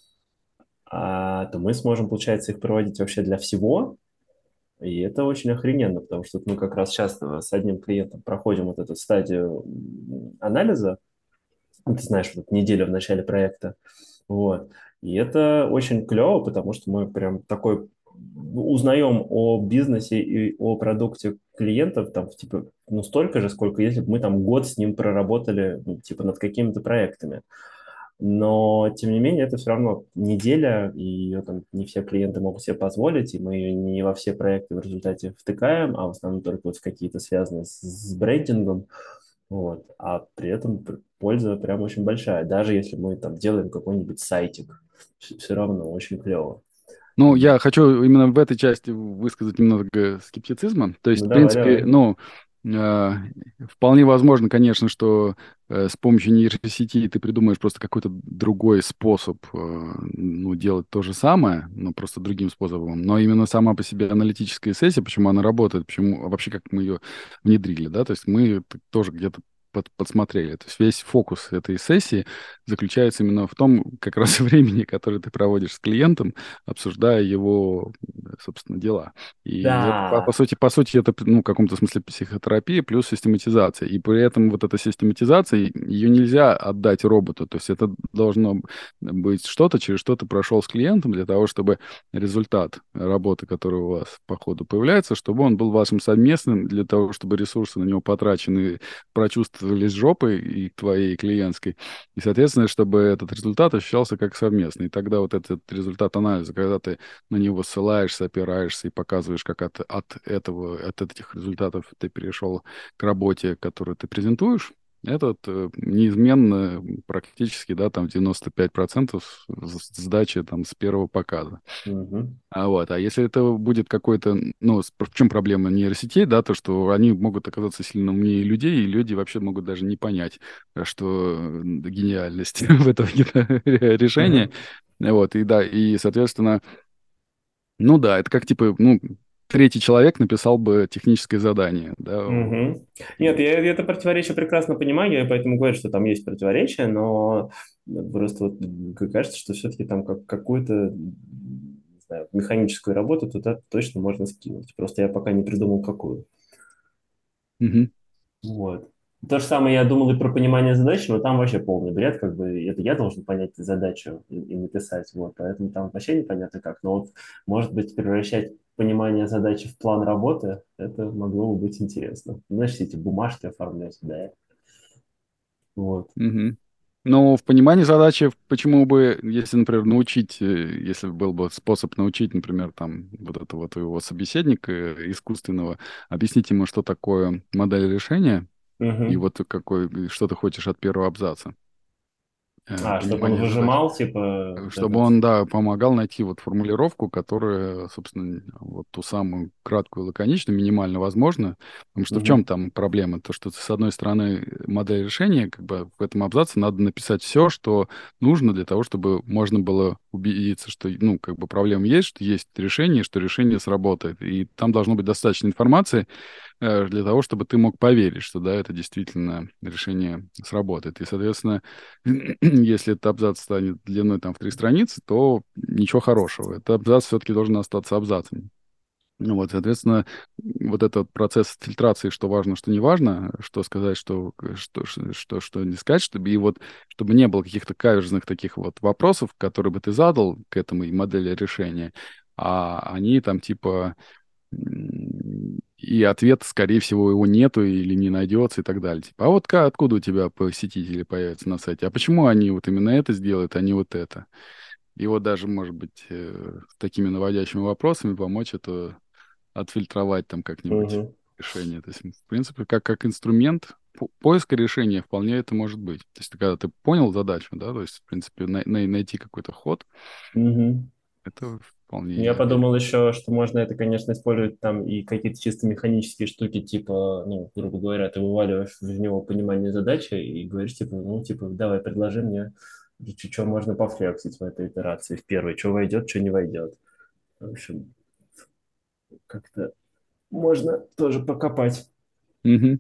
то мы сможем, получается, их проводить вообще для всего, и это очень охрененно, потому что мы как раз часто с одним клиентом проходим вот эту стадию анализа, ну, ты знаешь, вот неделю в начале проекта, вот. И это очень клево, потому что мы прям такой узнаем о бизнесе и о продукте клиентов там типа ну столько же, сколько если бы мы там год с ним проработали ну, типа над какими-то проектами. Но, тем не менее, это все равно неделя, и ее там не все клиенты могут себе позволить, и мы ее не во все проекты в результате втыкаем, а в основном только вот в какие-то связанные с брендингом. Вот. А при этом польза прям очень большая. Даже если мы там делаем какой-нибудь сайтик, все равно очень клево. Ну, я хочу именно в этой части высказать немного скептицизма. То есть, Ну, в давай, принципе, давай. ну, э, вполне возможно, конечно, что с помощью нейросети ты придумаешь просто какой-то другой способ, ну, делать то же самое, но просто другим способом. Но именно сама по себе аналитическая сессия, почему она работает, почему вообще как мы ее внедрили, да, то есть мы тоже где-то подсмотрели. То есть весь фокус этой сессии заключается именно в том, как раз времени, которое ты проводишь с клиентом, обсуждая его, собственно, дела. И это, Да. по сути, это, ну, в каком-то смысле психотерапия плюс систематизация. И при этом вот эта систематизация, ее нельзя отдать роботу. То есть это должно быть что-то, через что ты прошел с клиентом для того, чтобы результат работы, который у вас по ходу появляется, чтобы он был вашим совместным, для того, чтобы ресурсы на него потрачены, прочувствовались жопой и твоей, и клиентской. И, соответственно, чтобы этот результат ощущался как совместный. И тогда вот этот результат анализа, когда ты на него ссылаешься, опираешься и показываешь, как от этих результатов ты перешел к работе, которую ты презентуешь, это вот, неизменно практически, да, там 95% сдачи там с первого показа. Мгм. А если это будет какой-то, ну, в чем проблема нейросетей, да, то, что они могут оказаться сильно умнее людей, и люди вообще могут даже не понять, что гениальность в итоге решения. Мгм. Вот, и да, и, соответственно, ну да, это как, типа, ну, третий человек написал бы техническое задание, да. Мгм. Нет, я это противоречие прекрасно понимаю, я поэтому говорю, что там есть противоречие, но просто вот кажется, что все-таки там какую-то не знаю, механическую работу туда точно можно скинуть. Просто я пока не придумал, какую. Мгм. Вот. То же самое я думал и про понимание задачи, но там вообще полный бред, как бы это я должен понять задачу и написать, вот, поэтому там вообще непонятно как. Но вот, может быть, превращать понимание задачи в план работы, это могло бы быть интересно. Знаешь, все эти бумажки оформлять, да, вот. Мгм. Но в понимании задачи, почему бы, если, например, научить, если был бы способ научить, например, там, вот этого твоего собеседника искусственного, объяснить ему, что такое модель решения, и Мгм. вот что ты хочешь от первого абзаца, Чтобы он понимание задачи. выжимал, типа, вот Чтобы этот. он, да, помогал найти вот формулировку, которая, собственно, вот ту самую краткую, лаконичную, минимально возможно. Потому что в чем Мгм. там проблема? То, что с одной стороны модель решения, как бы в этом абзаце надо написать все, что нужно для того, чтобы можно было убедиться, что, ну, как бы проблема есть, что есть решение, что решение сработает. И там должно быть достаточно информации, для того, чтобы ты мог поверить, что да, это действительно решение сработает. И, соответственно, если этот абзац станет длиной там в 3 страницы, то ничего хорошего. Этот абзац все-таки должен остаться абзацем. Ну вот, соответственно, вот этот процесс фильтрации, что важно, что не важно, что сказать, что не сказать, чтобы и вот, чтобы не было каких-то каверзных таких вот вопросов, которые бы ты задал к этому модели решения, а они там типа и ответ, скорее всего, его нету или не найдется и так далее. Типа, а вот откуда у тебя посетители появятся на сайте? А почему они вот именно это сделают, а не вот это? И вот даже, может быть, с такими наводящими вопросами помочь это отфильтровать там как-нибудь Мгм. решение. То есть, в принципе, как инструмент поиска решения вполне это может быть. То есть, когда ты понял задачу, да, то есть, в принципе, найти какой-то ход, Мгм. это Я исполнения. подумал еще, что можно это, конечно, использовать там и какие-то чисто механические штуки, типа, ну, грубо говоря, ты вываливаешь в него понимание задачи и говоришь, типа, ну, типа, давай, предложи мне, что можно пофлексить в этой итерации, в первой, что войдет, что не войдет. В общем, как-то можно тоже покопать. Мгм.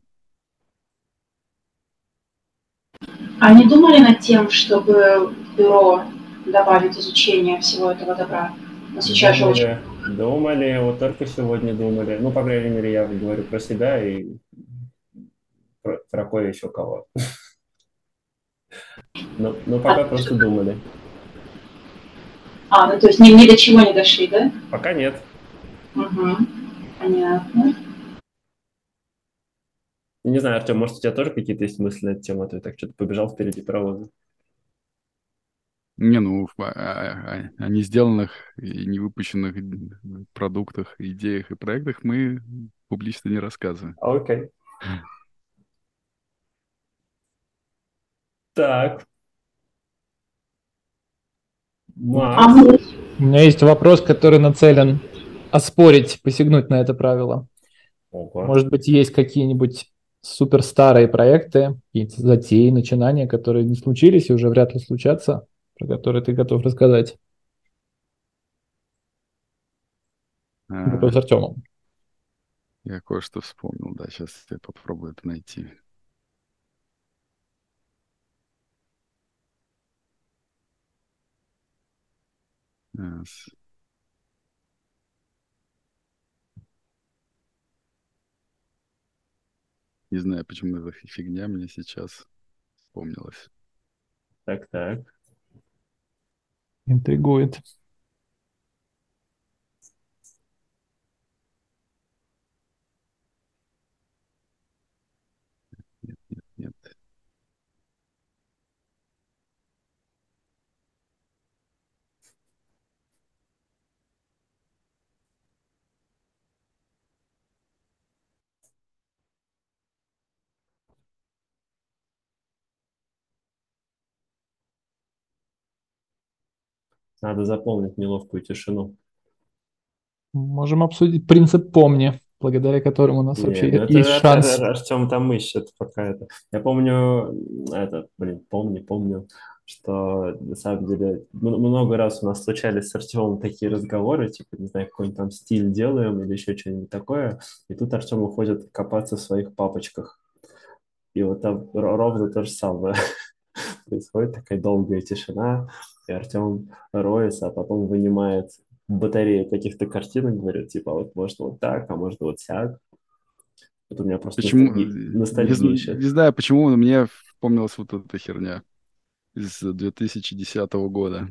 А не думали над тем, чтобы в бюро добавить изучение всего этого добра? Но сейчас же очень... Думали, вот только сегодня думали. Ну, по крайней мере, я говорю про себя и про кое еще кого. Но А, пока просто думали. ну то есть ни до чего не дошли, да? Пока нет. Угу. Понятно. Не знаю, Артем, может, у тебя тоже какие-то есть мысли на эту тему, а ты так что-то побежал впереди паровоза. Не, ну, о не сделанных и не выпущенных продуктах, идеях и проектах мы публично не рассказываем. Окей. Так, А Макс. мы... У меня есть вопрос, который нацелен оспорить, посягнуть на это правило. Ого. Может быть, есть какие-нибудь суперстарые проекты, какие-то затеи, начинания, которые не случились и уже вряд ли случатся, про которые ты готов рассказать? Вопрос А, Артему. Я кое-что вспомнил, да, сейчас я попробую это найти. А, Не знаю, почему эта фигня мне сейчас вспомнилась. Так. Интригует. Нет. Надо заполнить неловкую тишину. Можем обсудить принцип «помни», благодаря которому у нас Нет, вообще ну есть это шанс. Артем там ищет пока это. Я помню, помню, что на самом деле много раз у нас случались с Артемом такие разговоры, типа, не знаю, какой-нибудь там стиль делаем или еще что-нибудь такое, и тут Артем уходит копаться в своих папочках. И вот там ровно то же самое. Происходит такая долгая тишина, и Артем роется, а потом вынимает батарею каких-то картинок, говорит, типа, вот можно вот так, а можно вот сяк. Это у меня просто Почему? ностальгия Не сейчас. знаю, почему, но мне вспомнилась вот эта херня из 2010 года.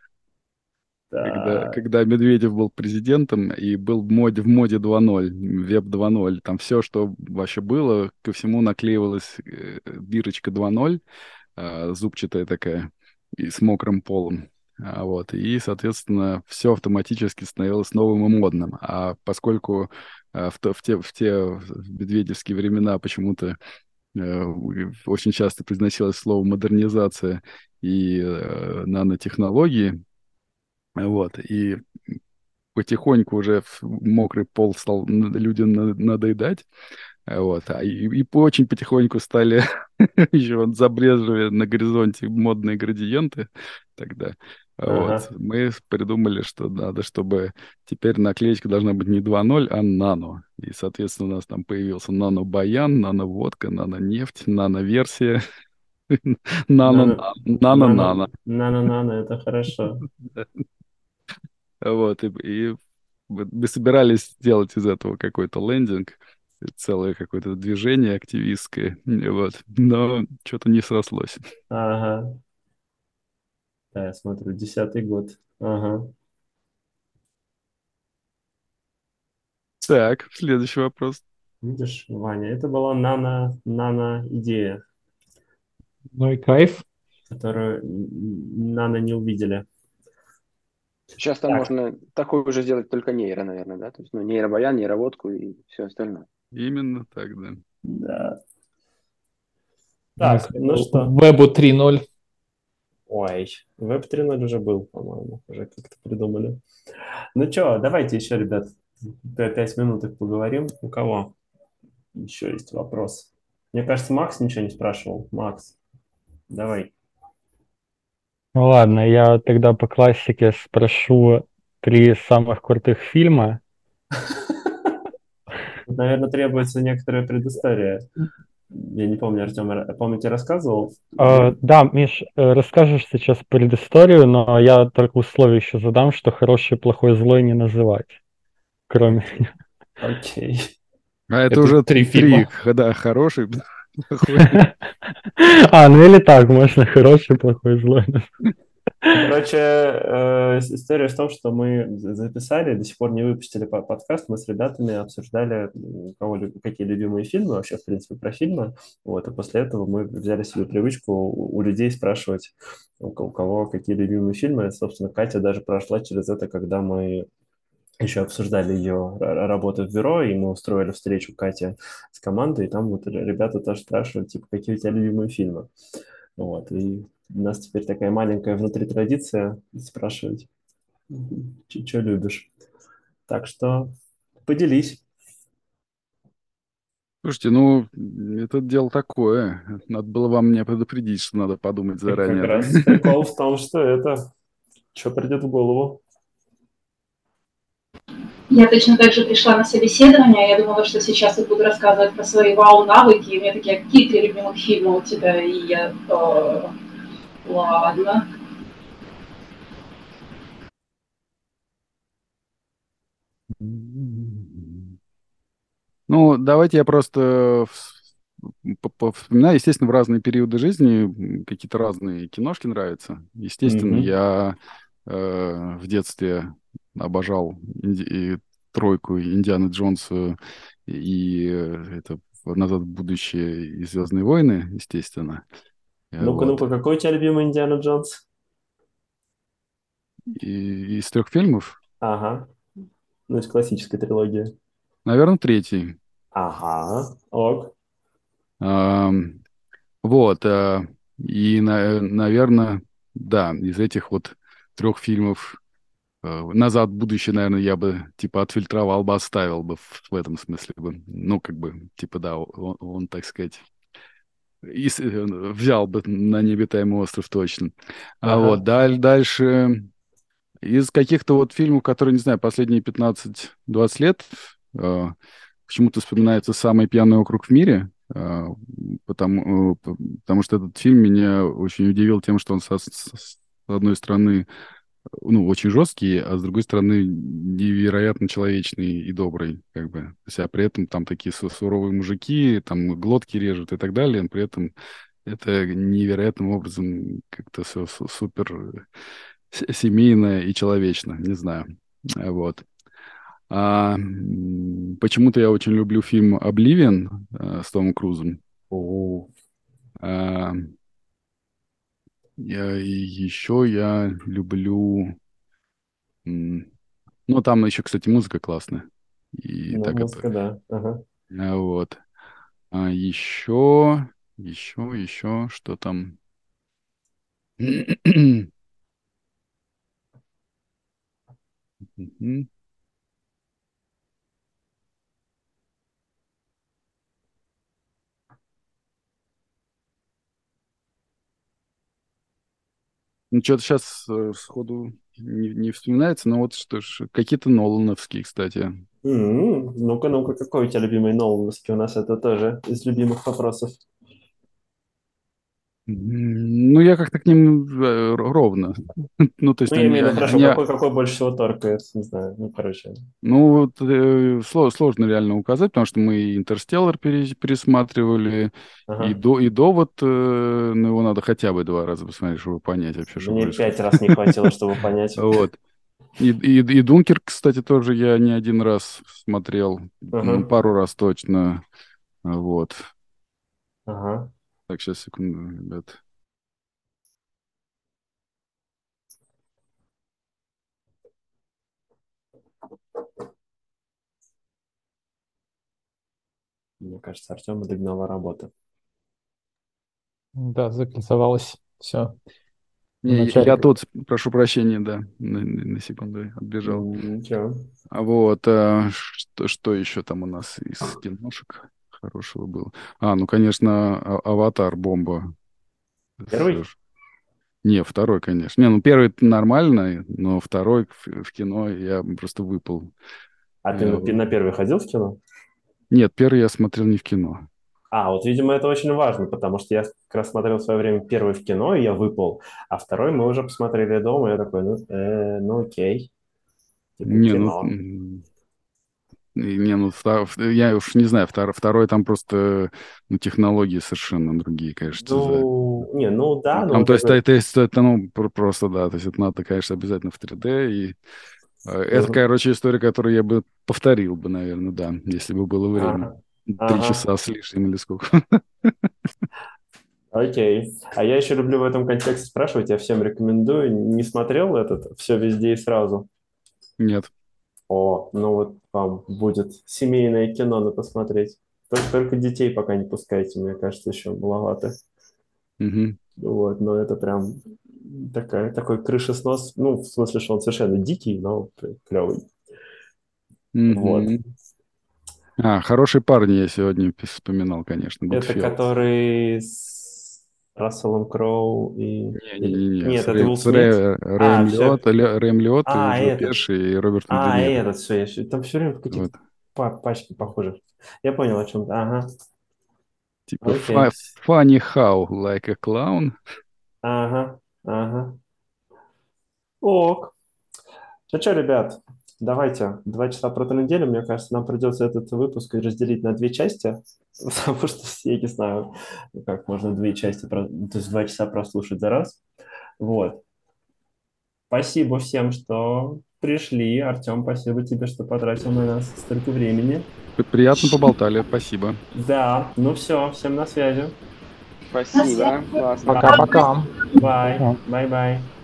Так, Когда Медведев был президентом и был в моде 2.0, веб 2.0, там все, что вообще было, ко всему наклеивалась бирочка 2.0, зубчатая такая, и с мокрым полом. Вот, и, соответственно, все автоматически становилось новым и модным. А поскольку в те медведевские времена почему-то очень часто произносилось слово модернизация и нанотехнологии, вот, и потихоньку уже мокрый пол стал людям надоедать. Вот. И очень потихоньку стали еще вот забрежили на горизонте модные градиенты тогда. Вот. ага. Мы придумали, что надо, чтобы теперь наклеечка должна быть не 2.0, а нано. И, соответственно, у нас там появился нано-баян, нано-водка, нано-нефть, нано-версия, Нано, нано-нано. нано, это хорошо. Вот, и мы собирались сделать из этого какой-то лендинг, целое какое-то движение активистское, вот, но что-то не срослось. Ага. Да, я смотрю, 10-й год. Ага. Так, следующий вопрос. Видишь, Ваня, это была нано-идея, Ну и кайф. которую нано не увидели. Сейчас там Так, можно такое же сделать, только нейро, наверное, да? То есть, ну, нейробаян, нейроводку и все остальное. Именно так, да. да. Или Так, ну своему что? вебу 3.0. Ой, Web 3.0 уже был, по-моему, уже как-то придумали. Ну что, давайте еще, ребят, 5 минут поговорим. У кого еще есть вопрос? Мне кажется, Макс ничего не спрашивал. Макс, давай. Ну ладно, я тогда по классике спрошу 3 самых крутых фильма. Тут, наверное, требуется некоторая предыстория. Я не помню, Артем, помните, рассказывал? Да, Миш, расскажешь сейчас предысторию, но я только условие еще задам, что хороший, плохой, злой не называть. Кроме... Окей. Окей. А это Это уже 3 три, фильма. да, хороший, плохой. Ну или так, можно хороший, плохой, злой. Короче, история в том, что мы записали, до сих пор не выпустили подкаст, мы с ребятами обсуждали, у кого какие любимые фильмы, вообще, в принципе, про фильмы, вот, и после этого мы взяли себе привычку у людей спрашивать, у кого какие любимые фильмы, собственно, Катя даже прошла через это, когда мы еще обсуждали ее работу в бюро, и мы устроили встречу Кате с командой, и там вот ребята тоже спрашивают, типа, какие у тебя любимые фильмы. Вот, и у нас теперь такая маленькая внутри традиция спрашивать, что любишь. Так что поделись. Слушайте, ну, это дело такое. Надо было вам меня предупредить, что надо подумать И как заранее, да? раз прикол в том, что это, что придет в голову. Я точно так же пришла на собеседование, я думала, что сейчас я буду рассказывать про свои вау-навыки, и у меня такие, «А какие 3 любимых фильма у тебя?» И я, ладно. Ну, давайте я просто вспоминаю, естественно, в разные периоды жизни какие-то разные киношки нравятся. Естественно, Мгм. я в детстве обожал и тройку и Индианы Джонса и это «Назад в будущее» и «Звездные войны», естественно. Ну-ка, Вот. ну-ка, какой у тебя любимый Индиана Джонс? И из трех фильмов, Ага, ну, из классической трилогии. наверное, третий. Ага, ок. Ам, Вот. И, наверное, да, из этих вот трех фильмов «Назад в будущее», наверное, я бы, типа, отфильтровал бы, оставил бы в этом смысле бы. Ну, как бы, типа, да, он, так сказать, взял бы на необитаемый остров точно. А вот Ага. дальше из каких-то вот фильмов, которые, не знаю, последние 15-20 лет, э, почему-то вспоминается «Самый пьяный округ в мире», потому что этот фильм меня очень удивил тем, что он, с одной стороны, ну, очень жесткий, а с другой стороны, невероятно человечный и добрый, как бы. То есть, а при этом там такие суровые мужики, там глотки режут и так далее, но при этом это невероятным образом как-то все супер семейно и человечно, не знаю. Вот. Почему-то я очень люблю фильм «Обливион» с Томом Крузом. У, А, и еще я люблю... Ну, там еще, кстати, музыка классная. И Ну, так это... музыка, да. Ага. Вот. Еще, что там? Мгм. Ну, что-то сейчас сходу не вспоминается, но вот что ж, какие-то Нолановские, кстати. Ну-ка, ну-ка, какой у тебя любимый Нолановский? У нас это тоже из любимых вопросов. Ну, я как-то к ним ровно. Ну, то Ну, есть я они, имею в виду, они, хорошо, они, какой больше всего торкает, не знаю, ну, короче. ну, вот сложно реально указать, потому что мы и «Интерстеллар» пересматривали, и, Ага. и «Довод», ну, его надо хотя бы 2 раза посмотреть, чтобы понять вообще, что Мне происходит. 5 раз не хватило, чтобы понять. Вот. И «Дункерк», кстати, тоже я не один раз смотрел, ну, Ага, пару раз точно. Вот. ага. Так, сейчас, секунду, ребят. Мне кажется, Артема догнала работа. Да, закольцевалось все. начале. Я тут, прошу прощения, да, на секунду отбежал. Ничего. Вот, что еще там у нас из киношек хорошего было? Ну, конечно, «Аватар» бомба. Первый? Не, второй, конечно. Не, ну первый нормальный, но второй в кино я просто выпал. А ты на первый ходил в кино? Нет, первый я смотрел не в кино. Вот, видимо, это очень важно, потому что я как раз смотрел в свое время первый в кино, и я выпал, а второй мы уже посмотрели дома, и я такой, ну окей, типа Не, кино. я уж не знаю, второй там просто технологии совершенно другие, конечно. Да, Там, то есть, как бы... это просто, да, то есть это надо, конечно, обязательно в 3D, и это, короче, история, которую я бы повторил бы, наверное, да, если бы было время. 3 часа с лишним или сколько. Окей. А я еще люблю в этом контексте спрашивать, я всем рекомендую, не смотрел этот «Все везде и сразу»? Нет. Ну вот вам будет семейное кино надо посмотреть. Только детей пока не пускайте, мне кажется, еще маловато. Угу. Вот, но это прям такой крышеснос, в смысле, что он совершенно дикий, но клевый. Вот. «Хорошие парни» я сегодня вспоминал, конечно. Это Goodfellas. который с Расселом Кроу и... Не-не-не. Нет, это Уилл С Смит. Рэем Лиотто, Джо Этот. Пеши и Робертом Де Ниро. Этот, все, там все время какие-то пачки похожи. Я понял, о чем. Ага. Типа Окей. funny how, like a clown. Ага. Ок. Ну что, ребят, давайте 2 часа про неделю. Мне кажется, нам придется этот выпуск разделить на 2 части, потому что я не знаю, как можно 2 части, то есть 2 часа прослушать за раз. Вот. Спасибо всем, что пришли. Артем, спасибо тебе, что потратил на нас столько времени. Приятно поболтали, спасибо. Да, ну все, всем на связи. Спасибо. Классно. Пока-пока. Бай. Бай-бай.